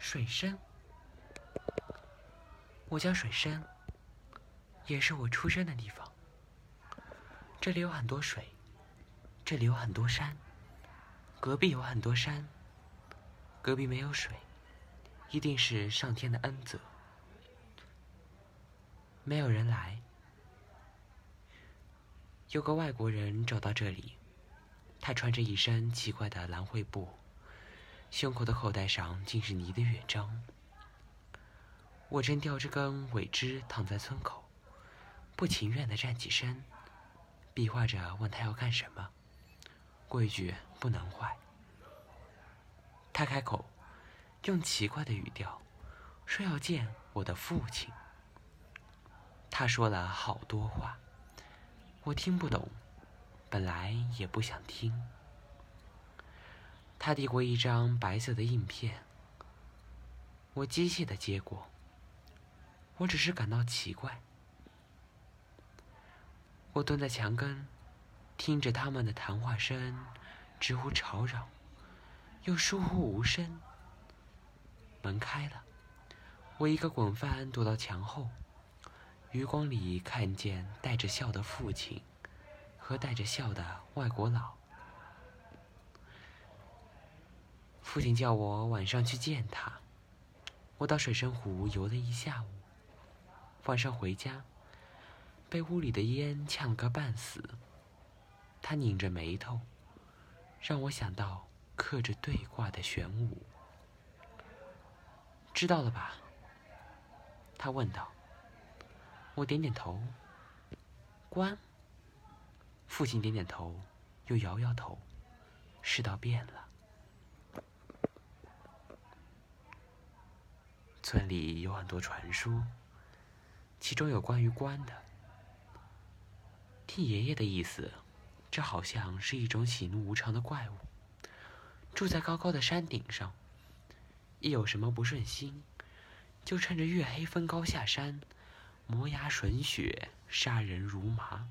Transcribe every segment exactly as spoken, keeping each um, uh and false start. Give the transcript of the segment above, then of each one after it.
水深，我叫水深，也是我出生的地方。这里有很多水，这里有很多山，隔壁有很多山，隔壁没有水，一定是上天的恩泽。没有人来。有个外国人走到这里，他穿着一身奇怪的蓝灰布，胸口的口袋上尽是泥的乐章。我正吊着根苇枝躺在村口，不情愿地站起身，比划着问他要干什么，规矩不能坏。他开口，用奇怪的语调说要见我的父亲。他说了好多话，我听不懂，本来也不想听。他递过一张白色的印片，我机械地接过。我只是感到奇怪。我蹲在墙根，听着他们的谈话声，直呼吵扰，又疏忽无声。门开了，我一个滚翻躲到墙后，余光里看见带着笑的父亲和带着笑的外国佬。父亲叫我晚上去见他。我到水生湖游了一下午，晚上回家，被屋里的烟呛个半死。他拧着眉头，让我想到刻着对卦的玄武。知道了吧？他问道。我点点头。关？父亲点点头，又摇摇头。世道变了。村里有很多传说，其中有关于关的。听爷爷的意思，这好像是一种喜怒无常的怪物，住在高高的山顶上，一有什么不顺心，就趁着月黑风高下山，磨牙吮血，杀人如麻。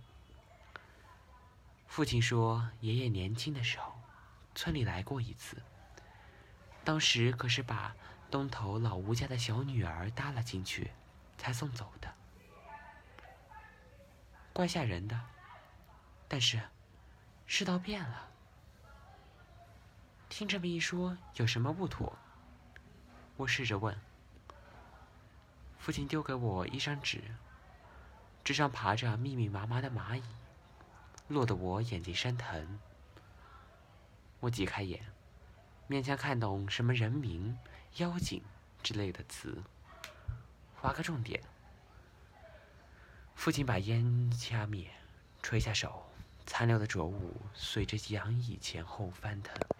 父亲说，爷爷年轻的时候，村里来过一次，当时可是把东头老吴家的小女儿搭了进去，才送走的。怪吓人的，但是世道变了。听这么一说，有什么不妥？我试着问。父亲丢给我一张纸，纸上爬着密密麻麻的蚂蚁，落得我眼睛生疼。我挤开眼，勉强看懂什么人名、妖精之类的词，划个重点。父亲把烟掐灭，垂下手，残留的浊物随着洋溢前后翻腾。